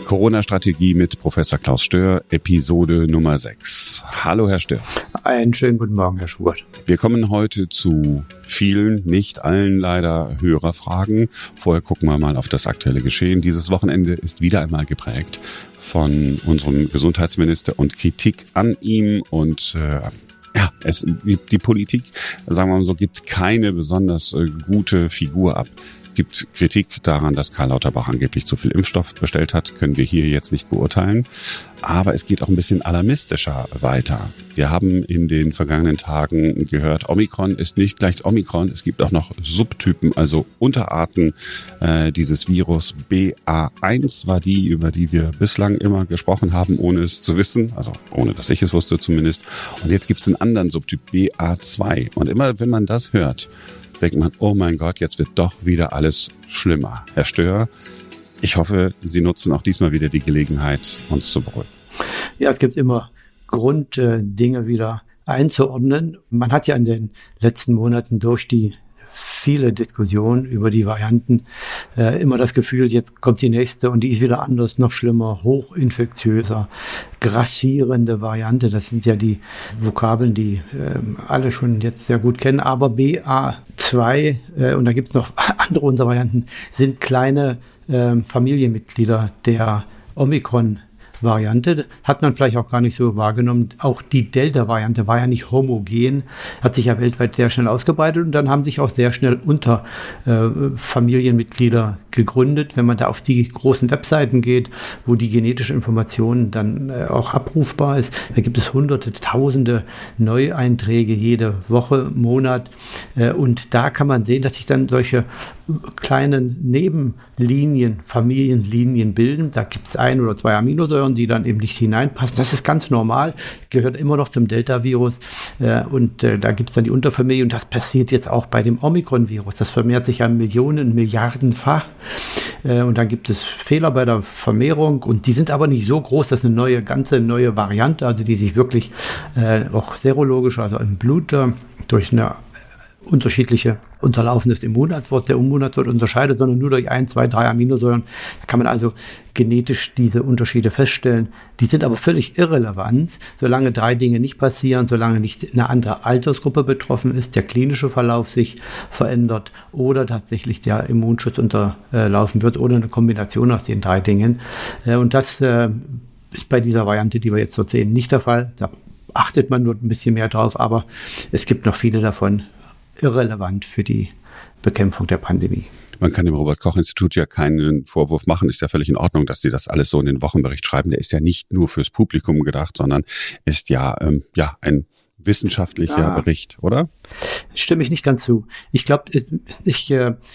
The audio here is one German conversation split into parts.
Corona-Strategie mit Professor Klaus Stör, Episode Nummer 6. Hallo, Herr Stör. Einen schönen guten Morgen, Herr Schubert. Wir kommen heute zu vielen, nicht allen leider, Hörerfragen. Vorher gucken wir mal auf das aktuelle Geschehen. Dieses Wochenende ist wieder einmal geprägt von unserem Gesundheitsminister und Kritik an ihm und die Politik, sagen wir mal so, gibt keine besonders gute Figur ab. Gibt Kritik daran, dass Karl Lauterbach angeblich zu viel Impfstoff bestellt hat, können wir hier jetzt nicht beurteilen. Aber es geht auch ein bisschen alarmistischer weiter. Wir haben in den vergangenen Tagen gehört, Omikron ist nicht gleich Omikron. Es gibt auch noch Subtypen, also Unterarten dieses Virus. BA1 war die, über die wir bislang immer gesprochen haben, ohne es zu wissen. Also ohne, dass ich es wusste zumindest. Und jetzt gibt es einen anderen Subtyp, BA2. Und immer, wenn man das hört, denkt man, oh mein Gott, jetzt wird doch wieder alles schlimmer. Herr Stör, ich hoffe, Sie nutzen auch diesmal wieder die Gelegenheit, uns zu beruhigen. Ja, es gibt immer Grund, Dinge wieder einzuordnen. Man hat ja in den letzten Monaten durch die viele Diskussionen über die Varianten immer das Gefühl, jetzt kommt die nächste und die ist wieder anders, noch schlimmer, hochinfektiöser, grassierende Variante. Das sind ja die Vokabeln, die alle schon jetzt sehr gut kennen. Aber BA2 und da gibt es noch andere Untervarianten, sind kleine Familienmitglieder der Omikron-Variante. Hat man vielleicht auch gar nicht so wahrgenommen. Auch die Delta-Variante war ja nicht homogen, hat sich ja weltweit sehr schnell ausgebreitet und dann haben sich auch sehr schnell Familienmitglieder gegründet. Wenn man da auf die großen Webseiten geht, wo die genetische Information dann auch abrufbar ist, da gibt es hunderte, tausende Neueinträge jede Woche, Monat und da kann man sehen, dass sich dann solche kleinen Nebenlinien, Familienlinien bilden. Da gibt es 1 oder 2 Aminosäuren, die dann eben nicht hineinpassen. Das ist ganz normal, gehört immer noch zum Delta-Virus und da gibt es dann die Unterfamilie und das passiert jetzt auch bei dem Omikron-Virus. Das vermehrt sich ja Millionen, Milliardenfach und dann gibt es Fehler bei der Vermehrung und die sind aber nicht so groß, dass eine ganze neue Variante, also die sich wirklich auch serologisch, also im Blut durch eine unterschiedliche Unterlaufen des Immunantwort, der Immunantwort unterscheidet, sondern nur durch 1, 2, 3 Aminosäuren. Da kann man also genetisch diese Unterschiede feststellen. Die sind aber völlig irrelevant, solange 3 Dinge nicht passieren, solange nicht eine andere Altersgruppe betroffen ist, der klinische Verlauf sich verändert oder tatsächlich der Immunschutz unterlaufen wird oder eine Kombination aus den 3 Dingen. Und das ist bei dieser Variante, die wir jetzt so sehen, nicht der Fall. Da achtet man nur ein bisschen mehr drauf, aber es gibt noch viele davon, irrelevant für die Bekämpfung der Pandemie. Man kann dem Robert-Koch-Institut ja keinen Vorwurf machen. Ist ja völlig in Ordnung, dass sie das alles so in den Wochenbericht schreiben. Der ist ja nicht nur fürs Publikum gedacht, sondern ist ja ein wissenschaftlicher Bericht, oder? Stimme ich nicht ganz zu. Ich glaube, ich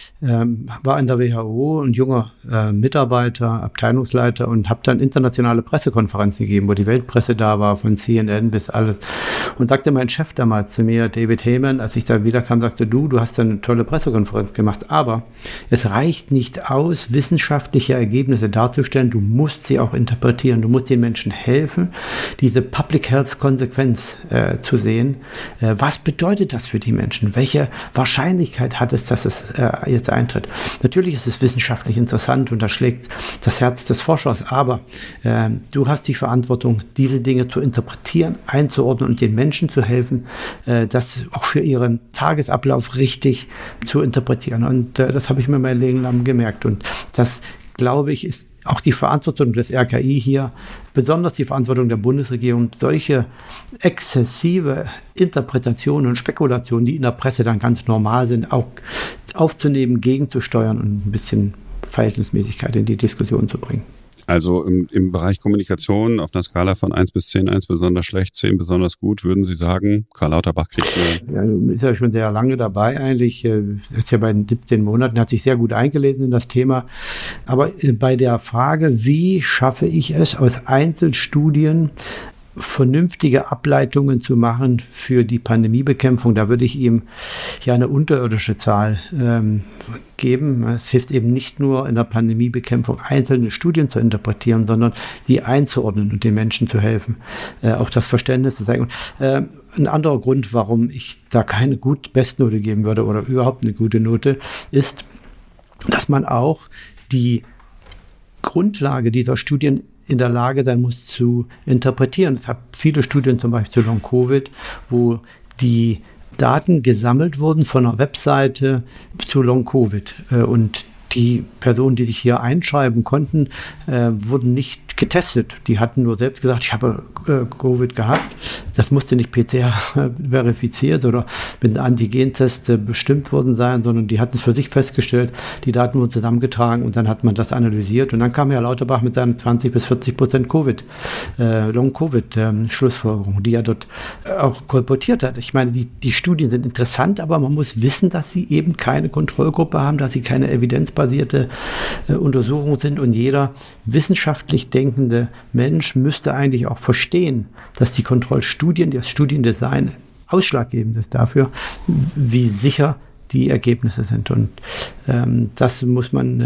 war in der WHO ein junger Mitarbeiter, Abteilungsleiter und habe dann internationale Pressekonferenzen gegeben, wo die Weltpresse da war, von CNN bis alles. Und sagte mein Chef damals zu mir, David Heyman, als ich da wiederkam, sagte, du hast eine tolle Pressekonferenz gemacht, aber es reicht nicht aus, wissenschaftliche Ergebnisse darzustellen, du musst sie auch interpretieren, du musst den Menschen helfen, diese Public Health Konsequenz zu sehen. Was bedeutet das für die Menschen? Welche Wahrscheinlichkeit hat es, dass es jetzt eintritt? Natürlich ist es wissenschaftlich interessant und da schlägt das Herz des Forschers, aber du hast die Verantwortung, diese Dinge zu interpretieren, einzuordnen und den Menschen zu helfen, das auch für ihren Tagesablauf richtig zu interpretieren. Und das habe ich mir mein Leben lang gemerkt. Und das, glaube ich, ist auch die Verantwortung des RKI hier, besonders die Verantwortung der Bundesregierung, solche exzessive Interpretationen und Spekulationen, die in der Presse dann ganz normal sind, auch aufzunehmen, gegenzusteuern und ein bisschen Verhältnismäßigkeit in die Diskussion zu bringen. Also im Bereich Kommunikation auf einer Skala von 1 bis 10, 1 besonders schlecht, 10 besonders gut, würden Sie sagen, Karl Lauterbach kriegt ist ja schon sehr lange dabei eigentlich, ist ja bei den 17 Monaten, hat sich sehr gut eingelesen in das Thema. Aber bei der Frage, wie schaffe ich es aus Einzelstudien vernünftige Ableitungen zu machen für die Pandemiebekämpfung, da würde ich ihm ja eine unterirdische Zahl geben. Es hilft eben nicht nur in der Pandemiebekämpfung einzelne Studien zu interpretieren, sondern sie einzuordnen und den Menschen zu helfen, auch das Verständnis zu zeigen. Ein anderer Grund, warum ich da keine Bestnote geben würde oder überhaupt eine gute Note, ist, dass man auch die Grundlage dieser Studien in der Lage sein muss zu interpretieren. Es gab viele Studien, zum Beispiel zu Long-Covid, wo die Daten gesammelt wurden von einer Webseite zu Long-Covid. Und die Personen, die sich hier einschreiben konnten, wurden nicht getestet. Die hatten nur selbst gesagt, ich habe Covid gehabt. Das musste nicht PCR verifiziert oder mit einem Antigentest bestimmt worden sein, sondern die hatten es für sich festgestellt. Die Daten wurden zusammengetragen und dann hat man das analysiert. Und dann kam Herr Lauterbach mit seinen 20-40% Long-Covid-Schlussfolgerungen, die er dort auch kolportiert hat. Ich meine, die Studien sind interessant, aber man muss wissen, dass sie eben keine Kontrollgruppe haben, dass sie keine evidenzbasierte Untersuchung sind, und jeder wissenschaftlich denkende Mensch müsste eigentlich auch verstehen, dass die Kontrollstudien, das Studiendesign ausschlaggebend ist dafür, wie sicher die Ergebnisse sind. Und das muss man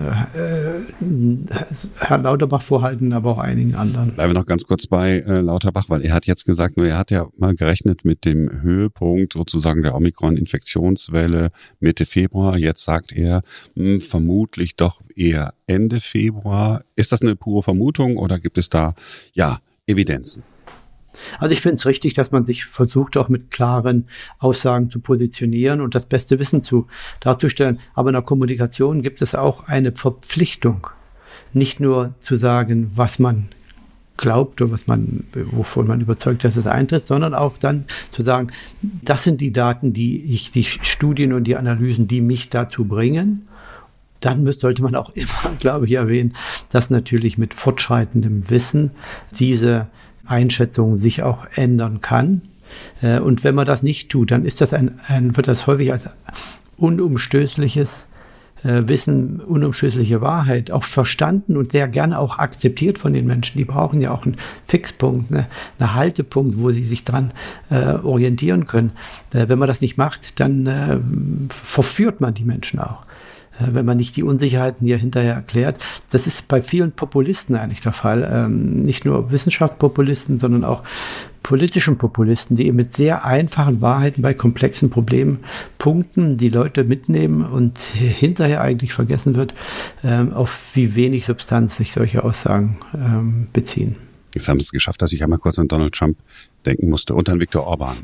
Herrn Lauterbach vorhalten, aber auch einigen anderen. Bleiben wir noch ganz kurz bei Lauterbach, weil er hat jetzt gesagt, er hat ja mal gerechnet mit dem Höhepunkt sozusagen der Omikron-Infektionswelle Mitte Februar. Jetzt sagt er, vermutlich doch eher Ende Februar. Ist das eine pure Vermutung oder gibt es da Evidenzen? Also ich finde es richtig, dass man sich versucht, auch mit klaren Aussagen zu positionieren und das beste Wissen darzustellen. Aber in der Kommunikation gibt es auch eine Verpflichtung, nicht nur zu sagen, was man glaubt oder wovon man überzeugt, dass es eintritt, sondern auch dann zu sagen, das sind die Daten, die Studien und die Analysen, die mich dazu bringen. Dann sollte man auch immer, glaube ich, erwähnen, dass natürlich mit fortschreitendem Wissen diese Einschätzung sich auch ändern kann. Und wenn man das nicht tut, dann ist das wird das häufig als unumstößliches Wissen, unumstößliche Wahrheit auch verstanden und sehr gerne auch akzeptiert von den Menschen. Die brauchen ja auch einen Fixpunkt, einen Haltepunkt, wo sie sich dran orientieren können. Wenn man das nicht macht, dann verführt man die Menschen auch. Wenn man nicht die Unsicherheiten hier hinterher erklärt. Das ist bei vielen Populisten eigentlich der Fall. Nicht nur Wissenschaftspopulisten, sondern auch politischen Populisten, die eben mit sehr einfachen Wahrheiten bei komplexen Problemen punkten, die Leute mitnehmen und hinterher eigentlich vergessen wird, auf wie wenig Substanz sich solche Aussagen beziehen. Jetzt haben sie es geschafft, dass ich einmal kurz an Donald Trump denken musste und an Viktor Orban.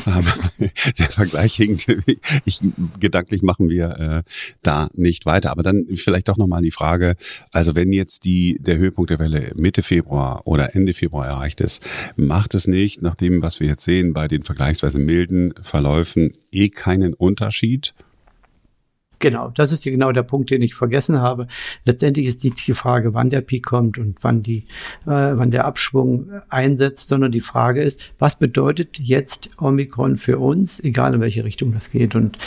Der Vergleich hinkt. Gedanklich machen wir da nicht weiter. Aber dann vielleicht doch nochmal die Frage, also wenn jetzt der Höhepunkt der Welle Mitte Februar oder Ende Februar erreicht ist, macht es nicht, nach dem, was wir jetzt sehen, bei den vergleichsweise milden Verläufen keinen Unterschied? Genau, das ist genau der Punkt, den ich vergessen habe. Letztendlich ist die Frage, wann der Peak kommt und wann der Abschwung einsetzt, sondern die Frage ist, was bedeutet jetzt Omikron für uns, egal in welche Richtung das geht. Und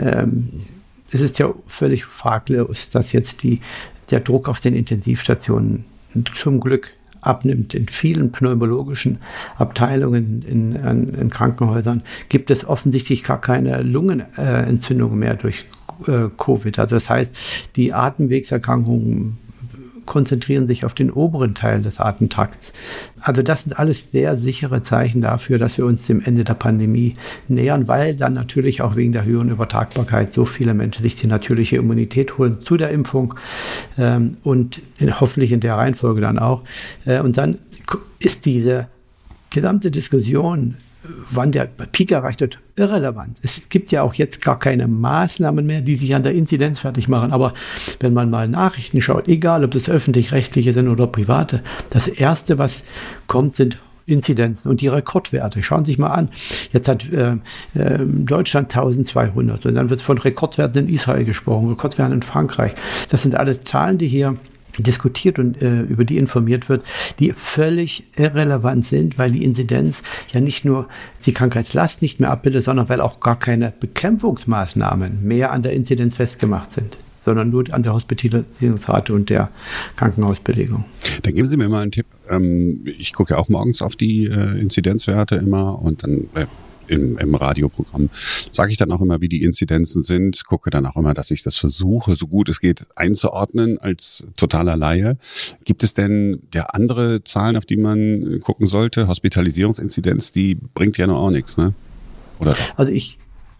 es ist ja völlig fraglos, dass jetzt der Druck auf den Intensivstationen zum Glück abnimmt. In vielen pneumologischen Abteilungen in Krankenhäusern gibt es offensichtlich gar keine Lungenentzündung mehr durch Covid. Also das heißt, die Atemwegserkrankungen konzentrieren sich auf den oberen Teil des Atemtrakts. Also das sind alles sehr sichere Zeichen dafür, dass wir uns dem Ende der Pandemie nähern, weil dann natürlich auch wegen der höheren Übertragbarkeit so viele Menschen sich die natürliche Immunität holen zu der Impfung und hoffentlich in der Reihenfolge dann auch. Und dann ist diese gesamte Diskussion, wann der Peak erreicht wird, irrelevant. Es gibt ja auch jetzt gar keine Maßnahmen mehr, die sich an der Inzidenz fertig machen. Aber wenn man mal Nachrichten schaut, egal ob das öffentlich-rechtliche sind oder private, das Erste, was kommt, sind Inzidenzen und die Rekordwerte. Schauen Sie sich mal an. Jetzt hat Deutschland 1200 und dann wird von Rekordwerten in Israel gesprochen, Rekordwerten in Frankreich. Das sind alles Zahlen, die hier diskutiert und über die informiert wird, die völlig irrelevant sind, weil die Inzidenz ja nicht nur die Krankheitslast nicht mehr abbildet, sondern weil auch gar keine Bekämpfungsmaßnahmen mehr an der Inzidenz festgemacht sind, sondern nur an der Hospitalisierungsrate und der Krankenhausbelegung. Dann geben Sie mir mal einen Tipp. Ich gucke ja auch morgens auf die Inzidenzwerte immer und dann im Radioprogramm sage ich dann auch immer, wie die Inzidenzen sind, gucke dann auch immer, dass ich das versuche, so gut es geht, einzuordnen als totaler Laie. Gibt es denn andere Zahlen, auf die man gucken sollte? Hospitalisierungsinzidenz, die bringt ja noch auch nichts, ne? Oder? Also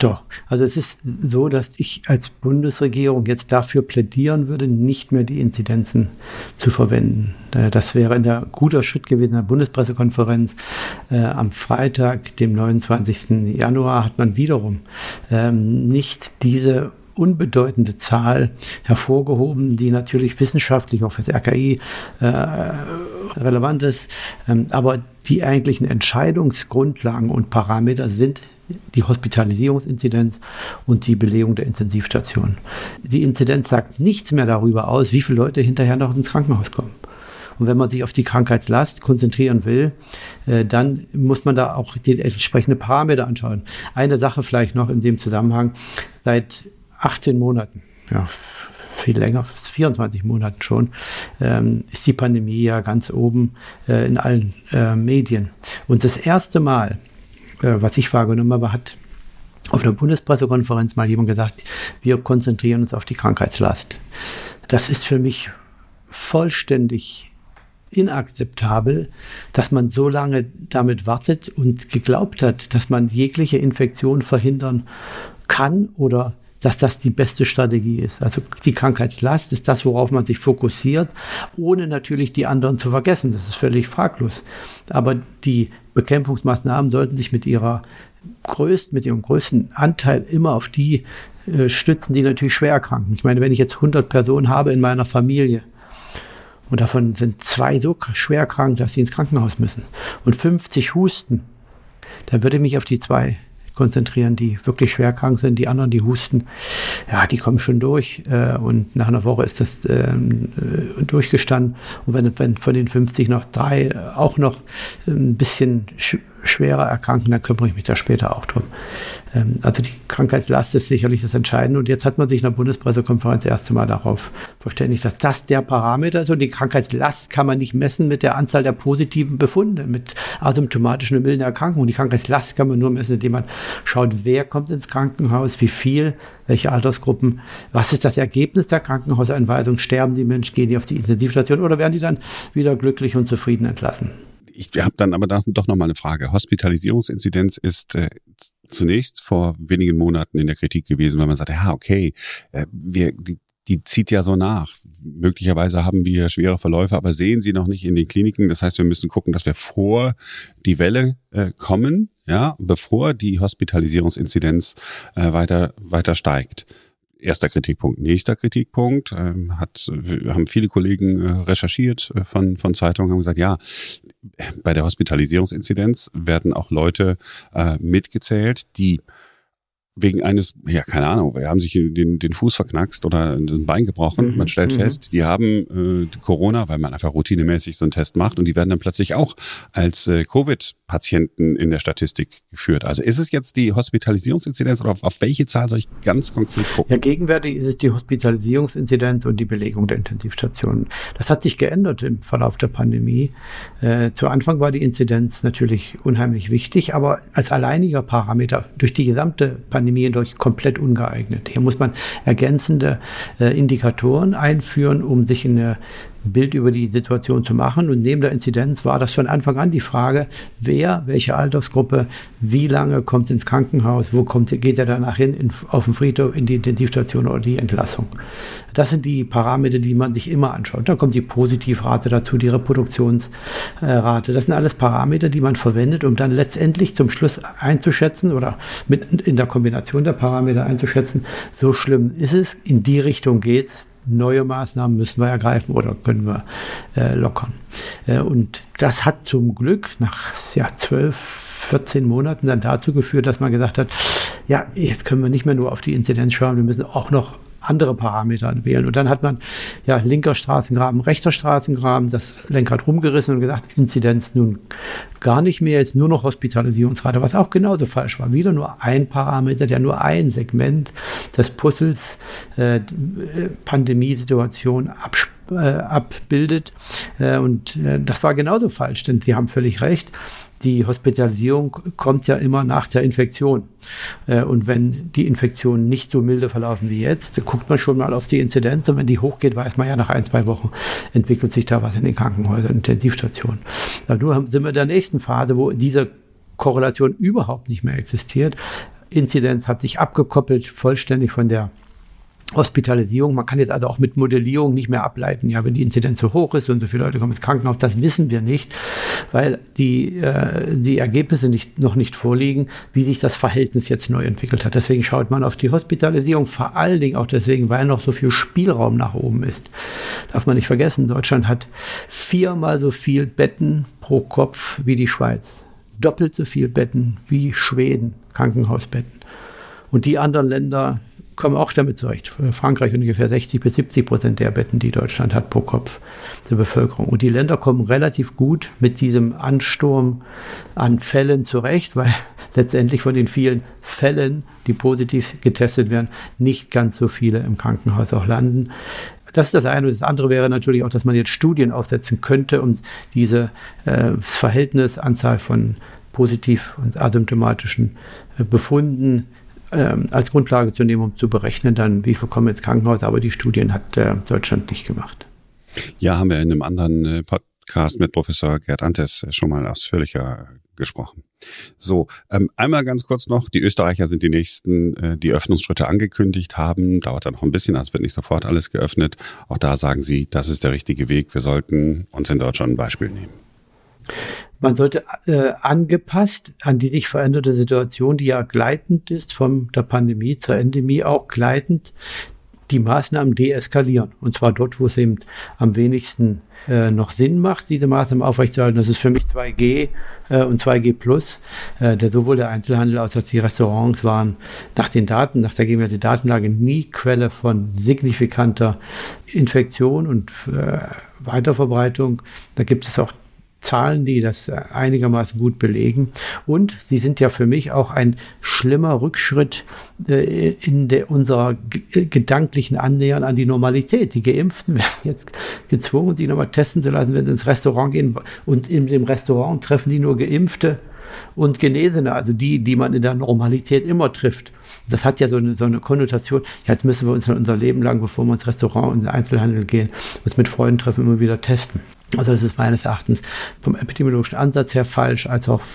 Doch, also es ist so, dass ich als Bundesregierung jetzt dafür plädieren würde, nicht mehr die Inzidenzen zu verwenden. Das wäre ein guter Schritt gewesen in der Bundespressekonferenz. Am Freitag, dem 29. Januar, hat man wiederum nicht diese unbedeutende Zahl hervorgehoben, die natürlich wissenschaftlich auch für das RKI relevant ist, aber die eigentlichen Entscheidungsgrundlagen und Parameter sind die Hospitalisierungsinzidenz und die Belegung der Intensivstation. Die Inzidenz sagt nichts mehr darüber aus, wie viele Leute hinterher noch ins Krankenhaus kommen. Und wenn man sich auf die Krankheitslast konzentrieren will, dann muss man da auch die entsprechenden Parameter anschauen. Eine Sache vielleicht noch in dem Zusammenhang: Seit 18 Monaten, ja, viel länger, 24 Monaten schon, ist die Pandemie ja ganz oben in allen Medien. Und das erste Mal, was ich wahrgenommen habe, hat auf einer Bundespressekonferenz mal jemand gesagt, wir konzentrieren uns auf die Krankheitslast. Das ist für mich vollständig inakzeptabel, dass man so lange damit wartet und geglaubt hat, dass man jegliche Infektion verhindern kann oder dass das die beste Strategie ist. Also die Krankheitslast ist das, worauf man sich fokussiert, ohne natürlich die anderen zu vergessen. Das ist völlig fraglos. Aber die Bekämpfungsmaßnahmen sollten sich mit ihrem größten Anteil immer auf die stützen, die natürlich schwer erkranken. Ich meine, wenn ich jetzt 100 Personen habe in meiner Familie und davon sind 2 so schwer krank, dass sie ins Krankenhaus müssen und 50 husten, dann würde ich mich auf die 2 konzentrieren, die wirklich schwer krank sind. Die anderen, die husten, ja, die kommen schon durch und nach einer Woche ist das durchgestanden. Und wenn von den 50 noch 3 auch noch ein bisschen schwerer erkranken, dann kümmere ich mich da später auch drum. Also die Krankheitslast ist sicherlich das Entscheidende. Und jetzt hat man sich in der Bundespressekonferenz das erste Mal darauf verständigt, dass das der Parameter ist. Und die Krankheitslast kann man nicht messen mit der Anzahl der positiven Befunde, mit asymptomatischen und milden Erkrankungen. Die Krankheitslast kann man nur messen, indem man schaut, wer kommt ins Krankenhaus, wie viel, welche Altersgruppen, was ist das Ergebnis der Krankenhauseinweisung, sterben die Menschen, gehen die auf die Intensivstation oder werden die dann wieder glücklich und zufrieden entlassen? Ich habe dann aber doch noch mal eine Frage. Hospitalisierungsinzidenz ist zunächst vor wenigen Monaten in der Kritik gewesen, weil man sagt, ja, okay, die zieht ja so nach. Möglicherweise haben wir schwere Verläufe, aber sehen sie noch nicht in den Kliniken. Das heißt, wir müssen gucken, dass wir vor die Wir kommen, ja, bevor die Hospitalisierungsinzidenz weiter steigt. Erster Kritikpunkt. Nächster Kritikpunkt, haben viele Kollegen recherchiert von Zeitungen, haben gesagt, ja, bei der Hospitalisierungsinzidenz werden auch Leute mitgezählt, die wegen eines, ja, keine Ahnung, haben sich den Fuß verknackst oder ein Bein gebrochen. Man stellt fest, die haben Corona, weil man einfach routinemäßig so einen Test macht und die werden dann plötzlich auch als Covid-Patienten in der Statistik geführt. Also ist es jetzt die Hospitalisierungsinzidenz oder auf welche Zahl soll ich ganz konkret gucken? Ja, gegenwärtig ist es die Hospitalisierungsinzidenz und die Belegung der Intensivstationen. Das hat sich geändert im Verlauf der Pandemie. Zu Anfang war die Inzidenz natürlich unheimlich wichtig, aber als alleiniger Parameter durch die gesamte Pandemie hindurch komplett ungeeignet. Hier muss man ergänzende Indikatoren einführen, um sich ein Bild über die Situation zu machen. Und neben der Inzidenz war das von Anfang an die Frage, welche Altersgruppe, wie lange kommt ins Krankenhaus, geht er danach hin, auf den Friedhof, in die Intensivstation oder die Entlassung. Das sind die Parameter, die man sich immer anschaut. Da kommt die Positivrate dazu, die Reproduktionsrate. Das sind alles Parameter, die man verwendet, um dann letztendlich zum Schluss einzuschätzen oder in der Kombination der Parameter einzuschätzen, so schlimm ist es, in die Richtung geht's. Neue Maßnahmen müssen wir ergreifen oder können wir lockern. Und das hat zum Glück nach 12, 14 Monaten dann dazu geführt, dass man gesagt hat, ja, jetzt können wir nicht mehr nur auf die Inzidenz schauen, wir müssen auch noch andere Parameter wählen. Und dann hat man ja linker Straßengraben, rechter Straßengraben, das Lenkrad rumgerissen und gesagt, Inzidenz nun gar nicht mehr, jetzt nur noch Hospitalisierungsrate, was auch genauso falsch war. Wieder nur ein Parameter, der nur ein Segment des Puzzles Pandemiesituation abbildet. Und das war genauso falsch, denn Sie haben völlig recht. Die Hospitalisierung kommt ja immer nach der Infektion. Und wenn die Infektionen nicht so milde verlaufen wie jetzt, guckt man schon mal auf die Inzidenz. Und wenn die hochgeht, weiß man ja, nach 1-2 Wochen entwickelt sich da was in den Krankenhäusern, Intensivstationen. Nur sind wir in der nächsten Phase, wo diese Korrelation überhaupt nicht mehr existiert. Inzidenz hat sich abgekoppelt vollständig von der Hospitalisierung. Man kann jetzt also auch mit Modellierung nicht mehr ableiten, ja, wenn die Inzidenz so hoch ist und so viele Leute kommen ins Krankenhaus, das wissen wir nicht, weil die Ergebnisse noch nicht vorliegen, wie sich das Verhältnis jetzt neu entwickelt hat. Deswegen schaut man auf die Hospitalisierung, vor allen Dingen auch deswegen, weil noch so viel Spielraum nach oben ist. Darf man nicht vergessen, Deutschland hat 4-mal so viel Betten pro Kopf wie die Schweiz. Doppelt so viel Betten wie Schweden, Krankenhausbetten. Und die anderen Länder kommen auch damit zurecht. Frankreich ungefähr 60-70% der Betten, die Deutschland hat pro Kopf der Bevölkerung. Und die Länder kommen relativ gut mit diesem Ansturm an Fällen zurecht, weil letztendlich von den vielen Fällen, die positiv getestet werden, nicht ganz so viele im Krankenhaus auch landen. Das ist das eine. Das andere wäre natürlich auch, dass man jetzt Studien aufsetzen könnte, um diese Verhältnis, Anzahl von positiv und asymptomatischen Befunden als Grundlage zu nehmen, um zu berechnen, dann wie viel kommen ins Krankenhaus. Aber die Studien hat Deutschland nicht gemacht. Ja, haben wir in einem anderen Podcast mit Professor Gerd Antes schon mal ausführlicher gesprochen. So, einmal ganz kurz noch, die Österreicher sind die nächsten, die Öffnungsschritte angekündigt haben. Dauert dann noch ein bisschen, es wird nicht sofort alles geöffnet. Auch da sagen sie, das ist der richtige Weg. Wir sollten uns in Deutschland ein Beispiel nehmen. Man sollte angepasst an die sich veränderte Situation, die ja gleitend ist von der Pandemie zur Endemie, auch gleitend die Maßnahmen deeskalieren. Und zwar dort, wo es eben am wenigsten noch Sinn macht, diese Maßnahmen aufrechtzuerhalten. Das ist für mich 2G und 2G+. Sowohl der Einzelhandel als auch die Restaurants waren nach den Daten, nach der gegenwärtigen Datenlage nie Quelle von signifikanter Infektion und Weiterverbreitung. Da gibt es auch Zahlen, die das einigermaßen gut belegen. Und sie sind ja für mich auch ein schlimmer Rückschritt in unserer gedanklichen Annähern an die Normalität. Die Geimpften werden jetzt gezwungen, die nochmal testen zu lassen, wenn sie ins Restaurant gehen. Und in dem Restaurant treffen die nur Geimpfte und Genesene, also die man in der Normalität immer trifft. Das hat ja so eine Konnotation. Ja, jetzt müssen wir uns unser Leben lang, bevor wir ins Restaurant und in den Einzelhandel gehen, uns mit Freunden treffen, immer wieder testen. Also das ist meines Erachtens vom epidemiologischen Ansatz her falsch, als auch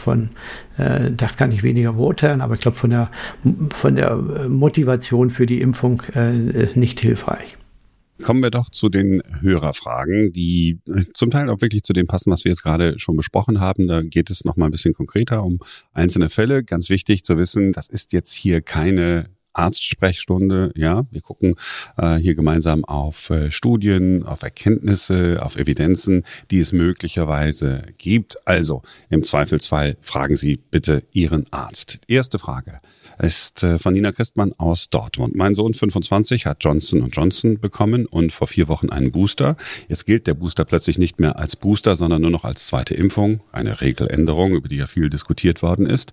das kann ich weniger beurteilen, aber ich glaube von der Motivation für die Impfung nicht hilfreich. Kommen wir doch zu den Hörerfragen, die zum Teil auch wirklich zu dem passen, was wir jetzt gerade schon besprochen haben. Da geht es noch mal ein bisschen konkreter um einzelne Fälle. Ganz wichtig zu wissen, das ist jetzt hier keine Arztsprechstunde, ja. Wir gucken hier gemeinsam auf Studien, auf Erkenntnisse, auf Evidenzen, die es möglicherweise gibt. Also im Zweifelsfall fragen Sie bitte Ihren Arzt. Erste Frage ist von Nina Christmann aus Dortmund. Mein Sohn 25 hat Johnson & Johnson bekommen und vor 4 Wochen einen Booster. Jetzt gilt der Booster plötzlich nicht mehr als Booster, sondern nur noch als zweite Impfung. Eine Regeländerung, über die ja viel diskutiert worden ist.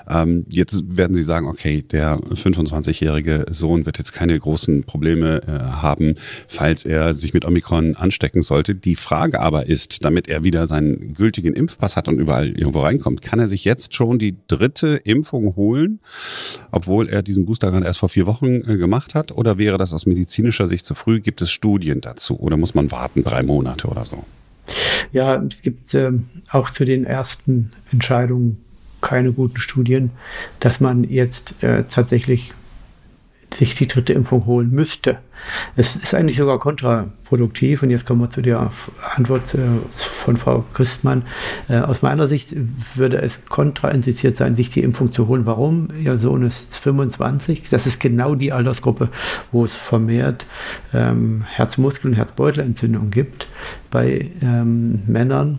Jetzt werden Sie sagen, okay, der 25-jährige Sohn wird jetzt keine großen Probleme haben, falls er sich mit Omikron anstecken sollte. Die Frage aber ist, damit er wieder seinen gültigen Impfpass hat und überall irgendwo reinkommt, kann er sich jetzt schon die 3. Impfung holen, obwohl er diesen Booster gerade erst vor 4 Wochen gemacht hat? Oder wäre das aus medizinischer Sicht zu früh? Gibt es Studien dazu? Oder muss man warten 3 Monate oder so? Ja, es gibt auch zu den ersten Entscheidungen keine guten Studien, dass man jetzt tatsächlich sich die 3. Impfung holen müsste. Es ist eigentlich sogar kontraproduktiv. Und jetzt kommen wir zu der Antwort von Frau Christmann. Aus meiner Sicht würde es kontraindiziert sein, sich die Impfung zu holen. Warum? Ihr Sohn ist 25. Das ist genau die Altersgruppe, wo es vermehrt Herzmuskel- und Herzbeutelentzündung gibt bei Männern.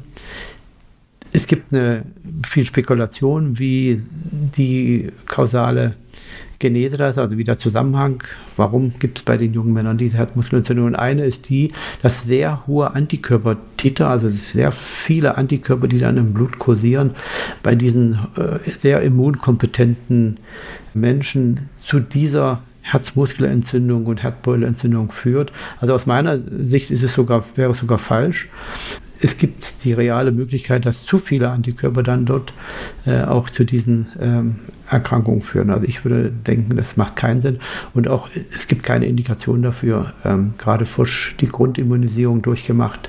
Es gibt viel Spekulation, wie die kausale Genese das, also wie der Zusammenhang, warum gibt es bei den jungen Männern diese Herzmuskelentzündung? Und eine ist die, dass sehr hohe Antikörpertiter, also sehr viele Antikörper, die dann im Blut kursieren, bei diesen sehr immunkompetenten Menschen zu dieser Herzmuskelentzündung und Herzbeutelentzündung führt. Also aus meiner Sicht wäre es sogar falsch. Es gibt die reale Möglichkeit, dass zu viele Antikörper dann dort auch zu diesen Erkrankungen führen. Also ich würde denken, das macht keinen Sinn. Und auch es gibt keine Indikation dafür. Gerade frisch die Grundimmunisierung durchgemacht.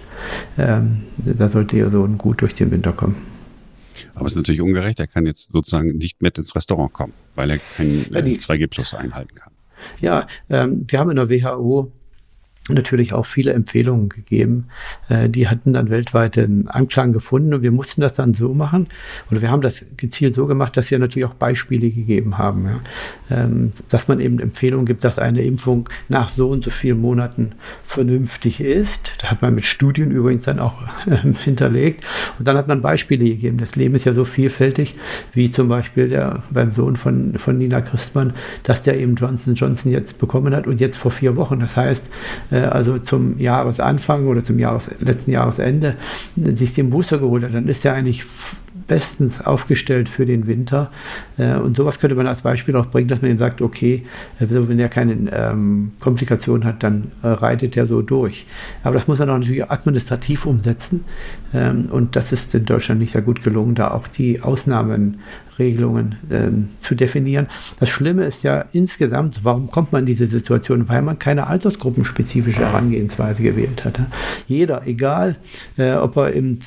Da sollte Ihr Sohn gut durch den Winter kommen. Aber es ist natürlich ungerecht. Er kann jetzt sozusagen nicht mit ins Restaurant kommen. weil er kein 2G Plus einhalten kann. Ja, wir haben in der WHO natürlich auch viele Empfehlungen gegeben. Die hatten dann weltweiten Anklang gefunden und wir mussten das dann so machen, oder wir haben das gezielt so gemacht, dass wir natürlich auch Beispiele gegeben haben, ja. Dass man eben Empfehlungen gibt, dass eine Impfung nach so und so vielen Monaten vernünftig ist. Da hat man mit Studien übrigens dann auch hinterlegt und dann hat man Beispiele gegeben. Das Leben ist ja so vielfältig, wie zum Beispiel beim Sohn von Nina Christmann, dass der eben Johnson & Johnson jetzt bekommen hat und jetzt vor 4 Wochen. Das heißt, also zum Jahresanfang oder zum letzten Jahresende sich den Booster geholt hat, dann ist er eigentlich bestens aufgestellt für den Winter. Und sowas könnte man als Beispiel auch bringen, dass man ihm sagt, okay, wenn er keine Komplikationen hat, dann reitet er so durch. Aber das muss man auch natürlich administrativ umsetzen. Und das ist in Deutschland nicht sehr gut gelungen, da auch die Ausnahmeregelungen zu definieren. Das Schlimme ist ja insgesamt, warum kommt man in diese Situation? Weil man keine altersgruppenspezifische Herangehensweise gewählt hat. Jeder, egal ob er eben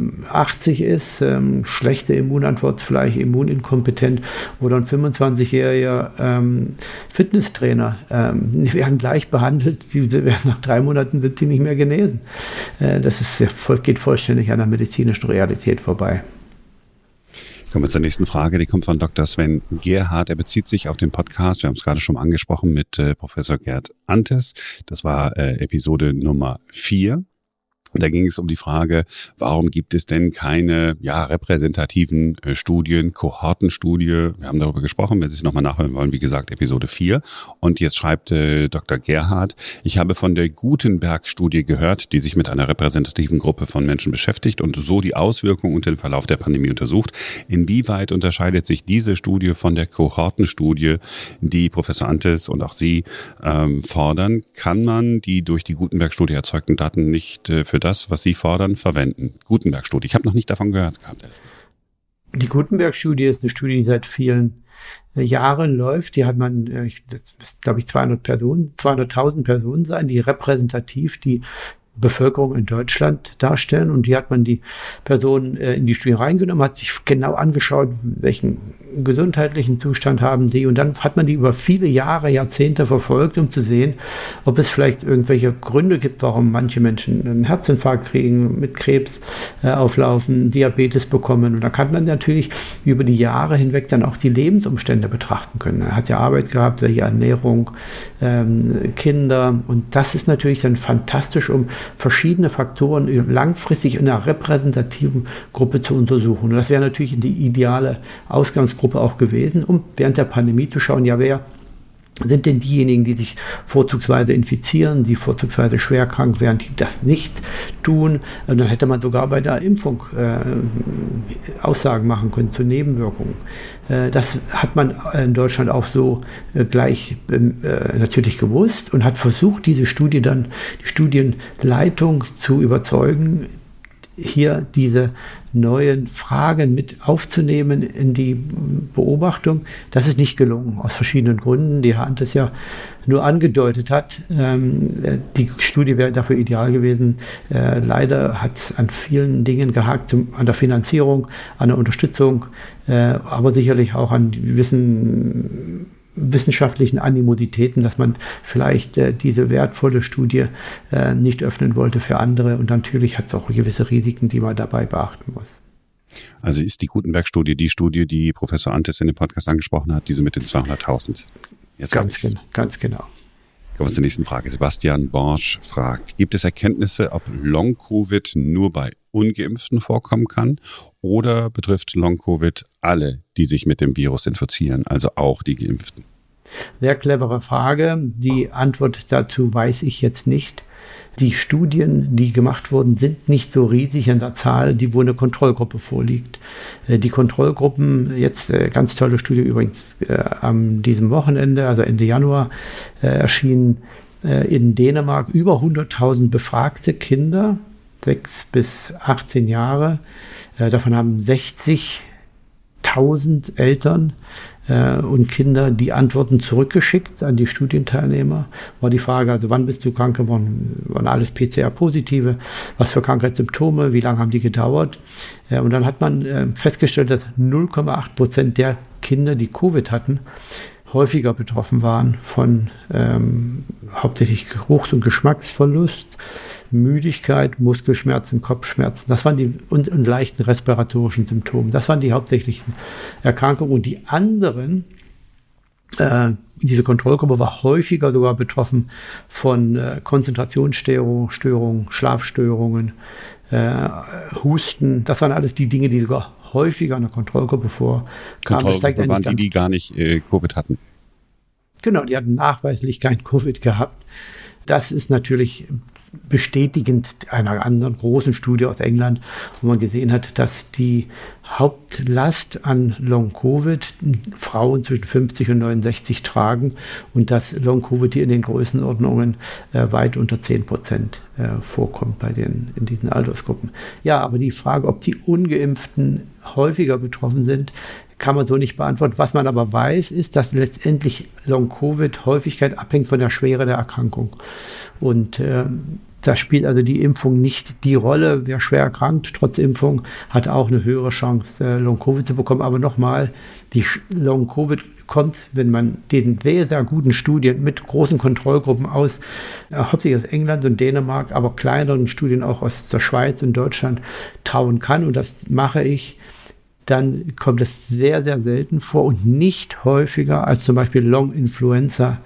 80 ist, schlechte Immunantwort, vielleicht immuninkompetent oder ein 25-jähriger Fitnesstrainer, die werden gleich behandelt, nach 3 Monaten sind die nicht mehr genesen. Das geht vollständig an der medizinischen Realität vorbei. Kommen wir zur nächsten Frage, die kommt von Dr. Sven Gerhard. Er bezieht sich auf den Podcast, wir haben es gerade schon mal angesprochen, mit Professor Gerd Antes. Das war Episode Nummer 4. Und da ging es um die Frage, warum gibt es denn keine repräsentativen Studien, Kohortenstudie? Wir haben darüber gesprochen, wenn Sie es nochmal nachhören wollen, wie gesagt, Episode 4. Und jetzt schreibt Dr. Gerhard, ich habe von der Gutenberg-Studie gehört, die sich mit einer repräsentativen Gruppe von Menschen beschäftigt und so die Auswirkungen und den Verlauf der Pandemie untersucht. Inwieweit unterscheidet sich diese Studie von der Kohortenstudie, die Professor Antes und auch Sie fordern? Kann man die durch die Gutenberg-Studie erzeugten Daten nicht für das, was Sie fordern, verwenden? Gutenberg-Studie. Ich habe noch nicht davon gehört gehabt. Die Gutenberg-Studie ist eine Studie, die seit vielen Jahren läuft. Die hat man, das müssen, glaube ich, 200.000 Personen sein, die repräsentativ die Bevölkerung in Deutschland darstellen. Und die hat man die Personen in die Studie reingenommen, hat sich genau angeschaut, welchen gesundheitlichen Zustand haben die. Und dann hat man die über viele Jahre, Jahrzehnte verfolgt, um zu sehen, ob es vielleicht irgendwelche Gründe gibt, warum manche Menschen einen Herzinfarkt kriegen, mit Krebs auflaufen, Diabetes bekommen. Und da kann man natürlich über die Jahre hinweg dann auch die Lebensumstände betrachten können. Er hat ja Arbeit gehabt, welche Ernährung, Kinder. Und das ist natürlich dann fantastisch, um verschiedene Faktoren langfristig in einer repräsentativen Gruppe zu untersuchen. Und das wäre natürlich die ideale Ausgangsgruppe auch gewesen, um während der Pandemie zu schauen, ja, wer sind denn diejenigen, die sich vorzugsweise infizieren, die vorzugsweise schwer krank wären, die das nicht tun. Und dann hätte man sogar bei der Impfung Aussagen machen können zu Nebenwirkungen. Das hat man in Deutschland auch so gleich natürlich gewusst und hat versucht, die Studienleitung zu überzeugen, hier diese neuen Fragen mit aufzunehmen in die Beobachtung. Das ist nicht gelungen, aus verschiedenen Gründen, die Herr Antes ja nur angedeutet hat. Die Studie wäre dafür ideal gewesen. Leider hat es an vielen Dingen gehakt, an der Finanzierung, an der Unterstützung, aber sicherlich auch an wissenschaftlichen Animositäten, dass man vielleicht diese wertvolle Studie nicht öffnen wollte für andere. Und natürlich hat es auch gewisse Risiken, die man dabei beachten muss. Also ist die Gutenberg-Studie die Studie, die Professor Antes in dem Podcast angesprochen hat, diese mit den 200.000? Ganz genau. Kommen wir zur nächsten Frage. Sebastian Borsch fragt, gibt es Erkenntnisse, ob Long-Covid nur bei Ungeimpften vorkommen kann oder betrifft Long-Covid alle, die sich mit dem Virus infizieren, also auch die Geimpften? Sehr clevere Frage. Die Antwort dazu weiß ich jetzt nicht. Die Studien, die gemacht wurden, sind nicht so riesig in der Zahl, wo eine Kontrollgruppe vorliegt. Die Kontrollgruppen, jetzt ganz tolle Studie übrigens an diesem Wochenende, also Ende Januar, erschienen in Dänemark über 100.000 befragte Kinder, 6 bis 18 Jahre. Davon haben 60.000 Eltern und Kinder die Antworten zurückgeschickt an die Studienteilnehmer. War die Frage, also wann bist du krank geworden? Waren alles PCR-Positive? Was Krankheitssymptome? Wie lange haben die gedauert? Und dann hat man festgestellt, dass 0,8% der Kinder, die Covid hatten, häufiger betroffen waren von hauptsächlich Geruchs- und Geschmacksverlust, Müdigkeit, Muskelschmerzen, Kopfschmerzen. Das waren die und leichten respiratorischen Symptome. Das waren die hauptsächlichen Erkrankungen. Und die anderen, diese Kontrollgruppe war häufiger sogar betroffen von Konzentrationsstörungen, Schlafstörungen, Husten. Das waren alles die Dinge, die sogar häufiger in der Kontrollgruppe vorkamen. Kontrollgruppe waren die gar nicht Covid hatten. Genau, die hatten nachweislich kein Covid gehabt. Das ist natürlich bestätigend einer anderen großen Studie aus England, wo man gesehen hat, dass die Hauptlast an Long-Covid Frauen zwischen 50 und 69 tragen und dass Long-Covid hier in den Größenordnungen weit unter 10% vorkommt in diesen Altersgruppen. Ja, aber die Frage, ob die Ungeimpften häufiger betroffen sind, kann man so nicht beantworten. Was man aber weiß, ist, dass letztendlich Long-Covid-Häufigkeit abhängt von der Schwere der Erkrankung. Und da spielt also die Impfung nicht die Rolle. Wer schwer erkrankt, trotz Impfung, hat auch eine höhere Chance, Long-Covid zu bekommen. Aber nochmal, die Long-Covid kommt, wenn man den sehr, sehr guten Studien mit großen Kontrollgruppen aus, hauptsächlich aus England und Dänemark, aber kleineren Studien auch aus der Schweiz und Deutschland trauen kann. Und das mache ich. Dann kommt es sehr, sehr selten vor und nicht häufiger als zum Beispiel Long-Influenza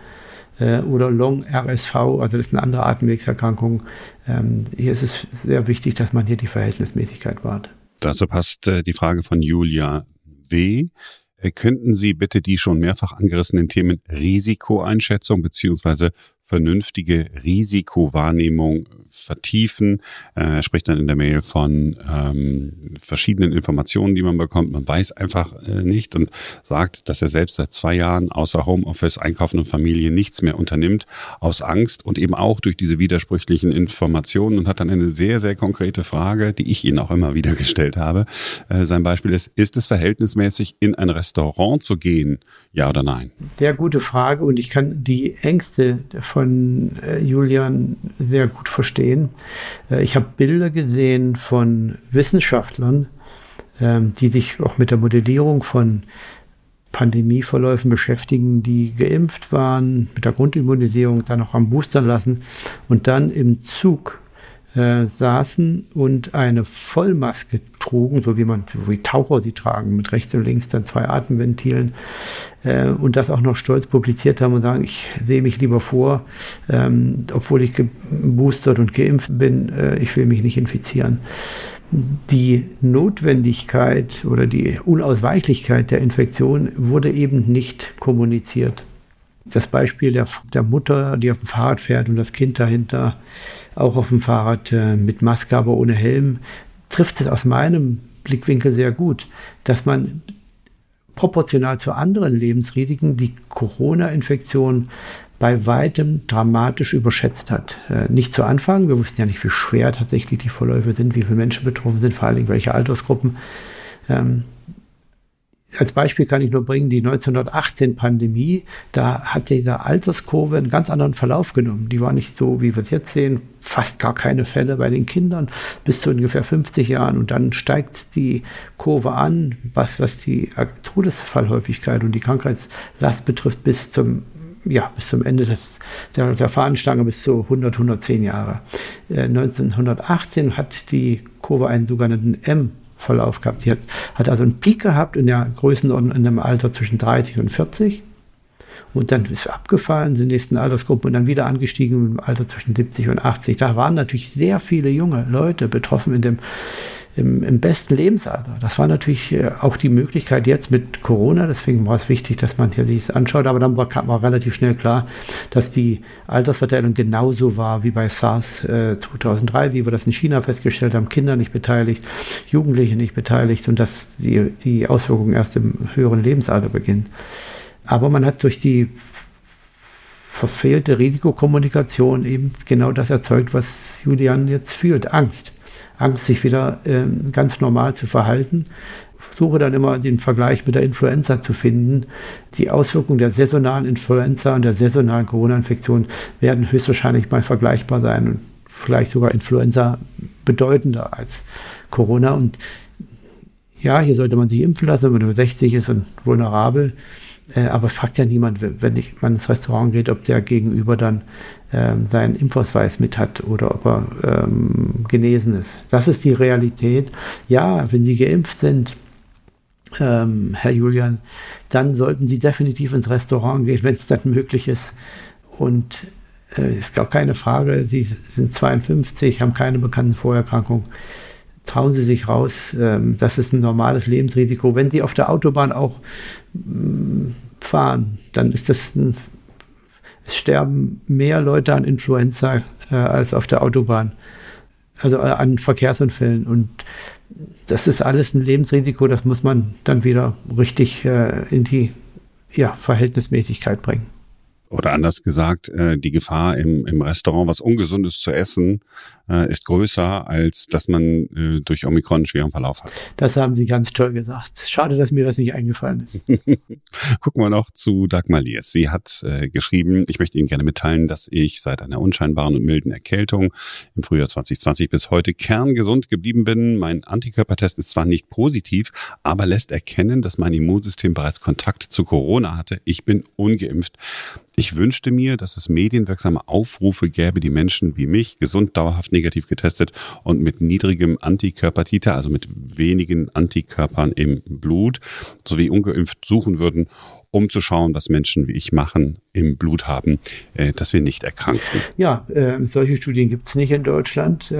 oder Long-RSV, also das ist eine andere Atemwegserkrankung. Hier ist es sehr wichtig, dass man hier die Verhältnismäßigkeit wahrt. Dazu passt die Frage von Julia W. Könnten Sie bitte die schon mehrfach angerissenen Themen Risikoeinschätzung beziehungsweise vernünftige Risikowahrnehmung vertiefen? Er spricht dann in der Mail von verschiedenen Informationen, die man bekommt. Man weiß einfach nicht und sagt, dass er selbst seit 2 Jahren außer Homeoffice, Einkaufen und Familie nichts mehr unternimmt, aus Angst und eben auch durch diese widersprüchlichen Informationen, und hat dann eine sehr, sehr konkrete Frage, die ich Ihnen auch immer wieder gestellt habe. Sein Beispiel ist es verhältnismäßig, in ein Restaurant zu gehen? Ja oder nein? Sehr gute Frage, und ich kann die Ängste von Julian sehr gut verstehen. Ich habe Bilder gesehen von Wissenschaftlern, die sich auch mit der Modellierung von Pandemieverläufen beschäftigen, die geimpft waren, mit der Grundimmunisierung, dann auch am Boostern lassen und dann im Zug saßen und eine Vollmaske trugen, so wie Taucher sie tragen, mit rechts und links dann 2 Atemventilen, und das auch noch stolz publiziert haben und sagen, ich sehe mich lieber vor, obwohl ich geboostert und geimpft bin, ich will mich nicht infizieren. Die Notwendigkeit oder die Unausweichlichkeit der Infektion wurde eben nicht kommuniziert. Das Beispiel der Mutter, die auf dem Fahrrad fährt und das Kind dahinter auch auf dem Fahrrad mit Maske, aber ohne Helm, trifft es aus meinem Blickwinkel sehr gut, dass man proportional zu anderen Lebensrisiken die Corona-Infektion bei weitem dramatisch überschätzt hat. Nicht zu Anfang, wir wussten ja nicht, wie schwer tatsächlich die Verläufe sind, wie viele Menschen betroffen sind, vor allem welche Altersgruppen. Als Beispiel kann ich nur bringen, die 1918-Pandemie, da hat diese Alterskurve einen ganz anderen Verlauf genommen. Die war nicht so, wie wir es jetzt sehen, fast gar keine Fälle bei den Kindern, bis zu ungefähr 50 Jahren. Und dann steigt die Kurve an, was die Todesfallhäufigkeit und die Krankheitslast betrifft, bis zum Ende der Fahnenstange, bis zu 100, 110 Jahre. 1918 hat die Kurve einen sogenannten M-Verlauf gehabt. Sie hat also einen Peak gehabt in der Größenordnung in einem Alter zwischen 30 und 40 und dann ist abgefallen in den nächsten Altersgruppen und dann wieder angestiegen im Alter zwischen 70 und 80. Da waren natürlich sehr viele junge Leute betroffen im besten Lebensalter. Das war natürlich auch die Möglichkeit jetzt mit Corona, deswegen war es wichtig, dass man hier sich das anschaut, aber dann war relativ schnell klar, dass die Altersverteilung genauso war wie bei SARS 2003, wie wir das in China festgestellt haben, Kinder nicht beteiligt, Jugendliche nicht beteiligt und dass die Auswirkungen erst im höheren Lebensalter beginnen. Aber man hat durch die verfehlte Risikokommunikation eben genau das erzeugt, was Julian jetzt fühlt, Angst, sich wieder ganz normal zu verhalten. Ich versuche dann immer den Vergleich mit der Influenza zu finden. Die Auswirkungen der saisonalen Influenza und der saisonalen Corona-Infektion werden höchstwahrscheinlich mal vergleichbar sein und vielleicht sogar Influenza bedeutender als Corona. Und ja, hier sollte man sich impfen lassen, wenn man über 60 ist und vulnerabel. Aber fragt ja niemand, wenn man ins Restaurant geht, ob der Gegenüber dann seinen Impfausweis mit hat oder ob er genesen ist. Das ist die Realität. Ja, wenn Sie geimpft sind, Herr Julian, dann sollten Sie definitiv ins Restaurant gehen, wenn es dann möglich ist. Und ist gar keine Frage, Sie sind 52, haben keine bekannten Vorerkrankungen. Trauen Sie sich raus. Das ist ein normales Lebensrisiko. Wenn Sie auf der Autobahn auch fahren, dann ist das es sterben mehr Leute an Influenza als auf der Autobahn, also an Verkehrsunfällen. Und das ist alles ein Lebensrisiko, das muss man dann wieder richtig in die Verhältnismäßigkeit bringen. Oder anders gesagt, die Gefahr im Restaurant, was Ungesundes zu essen, ist größer, als dass man durch Omikron einen schweren Verlauf hat. Das haben Sie ganz toll gesagt. Schade, dass mir das nicht eingefallen ist. Gucken wir noch zu Dagmar Liers. Sie hat geschrieben, ich möchte Ihnen gerne mitteilen, dass ich seit einer unscheinbaren und milden Erkältung im Frühjahr 2020 bis heute kerngesund geblieben bin. Mein Antikörpertest ist zwar nicht positiv, aber lässt erkennen, dass mein Immunsystem bereits Kontakt zu Corona hatte. Ich bin ungeimpft. Ich wünschte mir, dass es medienwirksame Aufrufe gäbe, die Menschen wie mich, gesund, dauerhaft negativ getestet und mit niedrigem Antikörpertiter, also mit wenigen Antikörpern im Blut, sowie ungeimpft suchen würden, um zu schauen, was Menschen wie ich machen, im Blut haben, dass wir nicht erkranken. Ja, solche Studien gibt es nicht in Deutschland.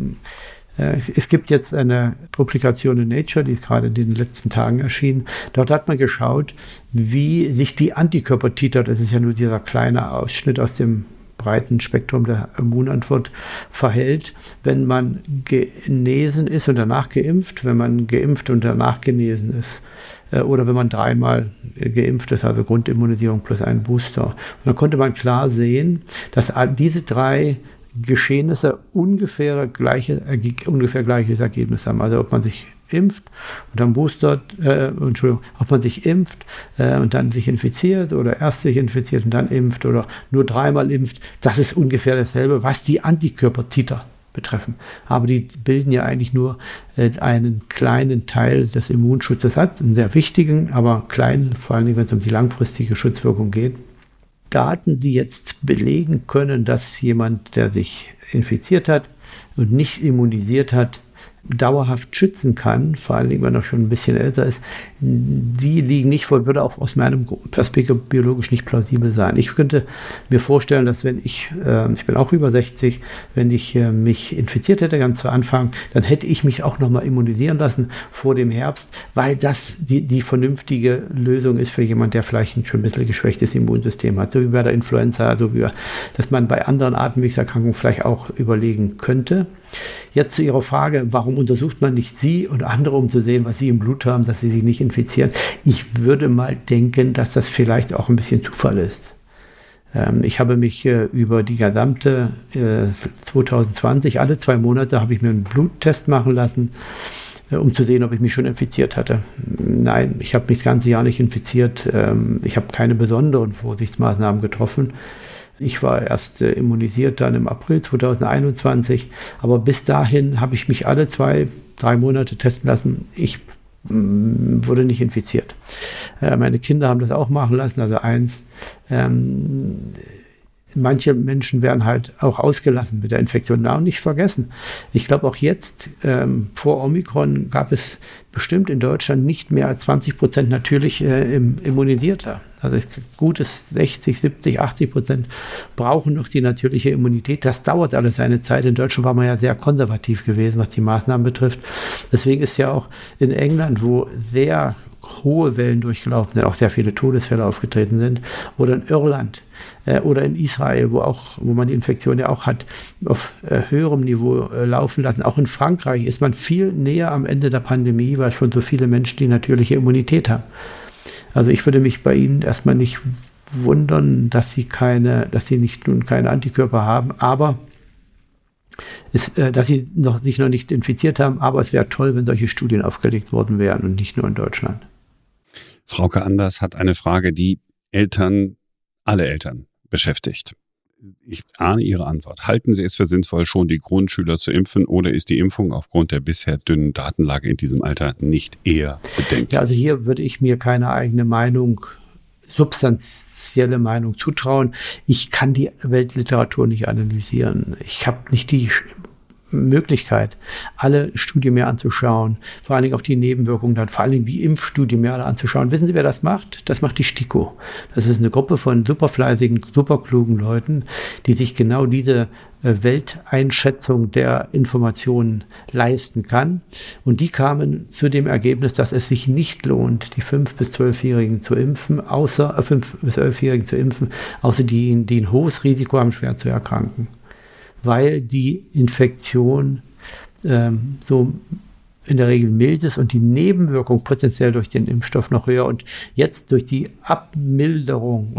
Es gibt jetzt eine Publikation in Nature, die ist gerade in den letzten Tagen erschienen. Dort hat man geschaut, wie sich die Antikörpertiter, das ist ja nur dieser kleine Ausschnitt aus dem breiten Spektrum der Immunantwort, verhält, wenn man genesen ist und danach geimpft, wenn man geimpft und danach genesen ist. Oder wenn man 3-mal geimpft ist, also Grundimmunisierung plus ein Booster. Und dann konnte man klar sehen, dass diese 3 Geschehnisse ungefähr gleiches Ergebnis haben. Also ob man sich impft und dann boostert, ob man sich impft und dann sich infiziert oder erst sich infiziert und dann impft oder nur 3-mal impft, das ist ungefähr dasselbe, was die Antikörpertiter betreffen. Aber die bilden ja eigentlich nur einen kleinen Teil des Immunschutzes hat, einen sehr wichtigen, aber kleinen, vor allem wenn es um die langfristige Schutzwirkung geht. Daten, die jetzt belegen können, dass jemand, der sich infiziert hat und nicht immunisiert hat, dauerhaft schützen kann, vor allem wenn er schon ein bisschen älter ist, die liegen nicht vor, würde auch aus meinem Perspektive biologisch nicht plausibel sein. Ich könnte mir vorstellen, dass wenn ich bin auch über 60, wenn ich mich infiziert hätte ganz zu Anfang, dann hätte ich mich auch nochmal immunisieren lassen vor dem Herbst, weil das die vernünftige Lösung ist für jemanden, der vielleicht schon ein bisschen geschwächtes Immunsystem hat, so wie bei der Influenza, dass man bei anderen Atemwegserkrankungen vielleicht auch überlegen könnte. Jetzt zu Ihrer Frage, warum untersucht man nicht Sie und andere, um zu sehen, was Sie im Blut haben, dass Sie sich nicht infizieren? Ich würde mal denken, dass das vielleicht auch ein bisschen Zufall ist. Ich habe mich über die gesamte 2020, alle 2 Monate, habe ich mir einen Bluttest machen lassen, um zu sehen, ob ich mich schon infiziert hatte. Nein, ich habe mich das ganze Jahr nicht infiziert. Ich habe keine besonderen Vorsichtsmaßnahmen getroffen. Ich war erst immunisiert dann im April 2021, aber bis dahin habe ich mich alle 2-3 Monate testen lassen. Ich wurde nicht infiziert. Meine Kinder haben das auch machen lassen, also eins. Manche Menschen werden halt auch ausgelassen mit der Infektion. Und nicht vergessen, ich glaube auch jetzt, vor Omikron gab es bestimmt in Deutschland nicht mehr als 20% natürlich Immunisierter. Also gutes 60, 70, 80% brauchen noch die natürliche Immunität. Das dauert alles seine Zeit. In Deutschland war man ja sehr konservativ gewesen, was die Maßnahmen betrifft. Deswegen ist ja auch in England, wo sehr hohe Wellen durchgelaufen sind, auch sehr viele Todesfälle aufgetreten sind, oder in Irland oder in Israel, wo man die Infektion ja auch hat, auf höherem Niveau laufen lassen. Auch in Frankreich ist man viel näher am Ende der Pandemie, weil schon so viele Menschen die natürliche Immunität haben. Also ich würde mich bei Ihnen erstmal nicht wundern, dass Sie keine Antikörper haben, aber dass Sie sich noch nicht infiziert haben, aber es wäre toll, wenn solche Studien aufgelegt worden wären und nicht nur in Deutschland. Frauke Anders hat eine Frage, die alle Eltern beschäftigt. Ich ahne Ihre Antwort. Halten Sie es für sinnvoll, schon die Grundschüler zu impfen, oder ist die Impfung aufgrund der bisher dünnen Datenlage in diesem Alter nicht eher bedenklich? Ja, also hier würde ich mir keine eigene Meinung, substanzielle Meinung zutrauen. Ich kann die Weltliteratur nicht analysieren. Ich habe nicht die Möglichkeit, alle Studien mir anzuschauen, vor allen Dingen auch die Nebenwirkungen, dann vor allen Dingen die Impfstudien mir alle anzuschauen. Wissen Sie, wer das macht? Das macht die STIKO. Das ist eine Gruppe von superfleißigen, superklugen Leuten, die sich genau diese Welteinschätzung der Informationen leisten kann. Und die kamen zu dem Ergebnis, dass es sich nicht lohnt, die 5- bis 12-Jährigen zu impfen, außer die ein hohes Risiko haben, schwer zu erkranken. Weil die Infektion so in der Regel mild ist und die Nebenwirkung potenziell durch den Impfstoff noch höher. Und jetzt durch die Abmilderung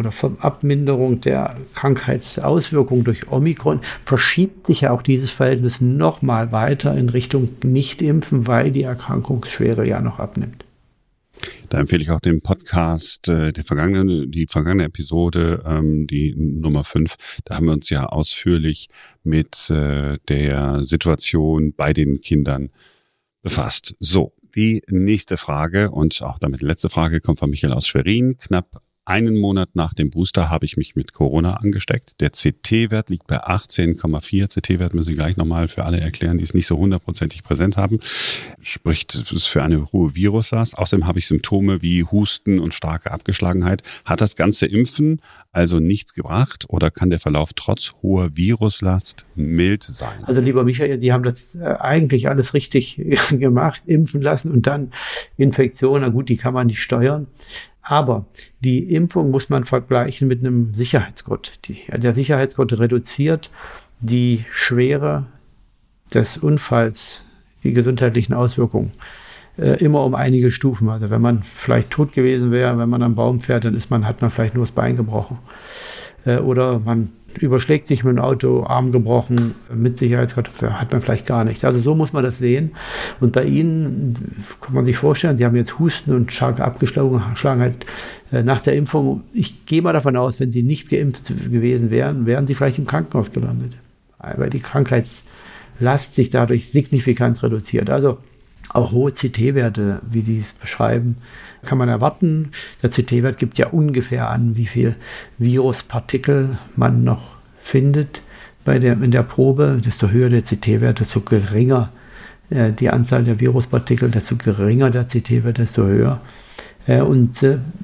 der Krankheitsauswirkungen durch Omikron verschiebt sich ja auch dieses Verhältnis nochmal weiter in Richtung Nicht-Impfen, weil die Erkrankungsschwere ja noch abnimmt. Da empfehle ich auch den Podcast, die vergangene Episode, die Nummer 5. Da haben wir uns ja ausführlich mit der Situation bei den Kindern befasst. So, die nächste Frage und auch damit letzte Frage kommt von Michael aus Schwerin. Knapp einen Monat nach dem Booster habe ich mich mit Corona angesteckt. Der CT-Wert liegt bei 18,4. CT-Wert müssen Sie gleich nochmal für alle erklären, die es nicht so hundertprozentig präsent haben. Spricht es für eine hohe Viruslast. Außerdem habe ich Symptome wie Husten und starke Abgeschlagenheit. Hat das ganze Impfen also nichts gebracht oder kann der Verlauf trotz hoher Viruslast mild sein? Also lieber Michael, die haben das eigentlich alles richtig gemacht, impfen lassen und dann Infektion. Na gut, die kann man nicht steuern. Aber die Impfung muss man vergleichen mit einem Sicherheitsgurt. Der Sicherheitsgurt reduziert die Schwere des Unfalls, die gesundheitlichen Auswirkungen, immer um einige Stufen. Also wenn man vielleicht tot gewesen wäre, wenn man am Baum fährt, dann hat man vielleicht nur das Bein gebrochen. Oder man überschlägt sich mit dem Auto, Arm gebrochen, mit Sicherheitsgurt hat man vielleicht gar nichts. Also so muss man das sehen. Und bei Ihnen kann man sich vorstellen, Sie haben jetzt Husten und starke Abgeschlagenheit nach der Impfung. Ich gehe mal davon aus, wenn Sie nicht geimpft gewesen wären, wären Sie vielleicht im Krankenhaus gelandet, weil die Krankheitslast sich dadurch signifikant reduziert. Also auch hohe CT-Werte, wie Sie es beschreiben, kann man erwarten. Der CT-Wert gibt ja ungefähr an, wie viel Viruspartikel man noch findet in der Probe. Desto höher der CT-Wert, desto geringer die Anzahl der Viruspartikel, desto geringer der CT-Wert, desto höher. Und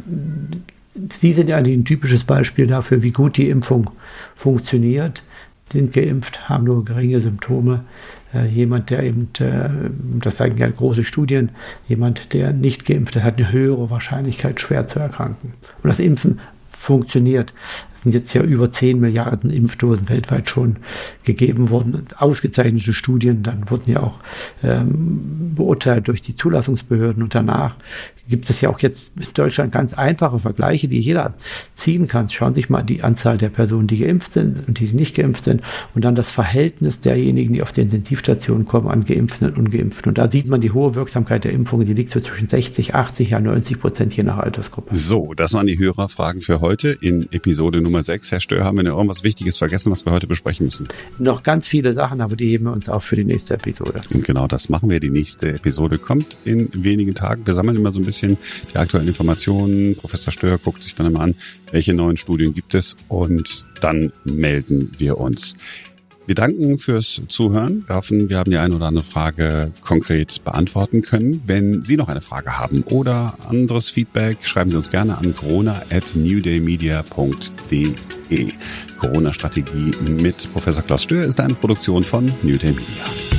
Sie sind ja ein typisches Beispiel dafür, wie gut die Impfung funktioniert. Sind geimpft, haben nur geringe Symptome. Jemand, der eben, das zeigen ja große Studien, jemand, der nicht geimpft ist, hat eine höhere Wahrscheinlichkeit, schwer zu erkranken. Und das Impfen funktioniert. Es sind jetzt ja über 10 Milliarden Impfdosen weltweit schon gegeben worden. Ausgezeichnete Studien, dann wurden ja auch beurteilt durch die Zulassungsbehörden. Und danach gibt es ja auch jetzt in Deutschland ganz einfache Vergleiche, die jeder ziehen kann. Schauen Sie sich mal die Anzahl der Personen, die geimpft sind und die nicht geimpft sind und dann das Verhältnis derjenigen, die auf die Intensivstation kommen, an Geimpften und Ungeimpften. Und da sieht man die hohe Wirksamkeit der Impfungen, die liegt so zwischen 60, 80, ja 90% je nach Altersgruppe. So, das waren die Hörerfragen für heute in Episode Nummer 6. Herr Stör, haben wir noch irgendwas Wichtiges vergessen, was wir heute besprechen müssen? Noch ganz viele Sachen, aber die heben wir uns auf für die nächste Episode. Und genau das machen wir. Die nächste Episode kommt in wenigen Tagen. Wir sammeln immer so ein bisschen die aktuellen Informationen. Professor Stör guckt sich dann immer an, welche neuen Studien gibt es und dann melden wir uns. Wir danken fürs Zuhören. Wir hoffen, wir haben die eine oder andere Frage konkret beantworten können. Wenn Sie noch eine Frage haben oder anderes Feedback, schreiben Sie uns gerne an corona@newdaymedia.de. Corona-Strategie mit Professor Klaus Stör ist eine Produktion von New Day Media.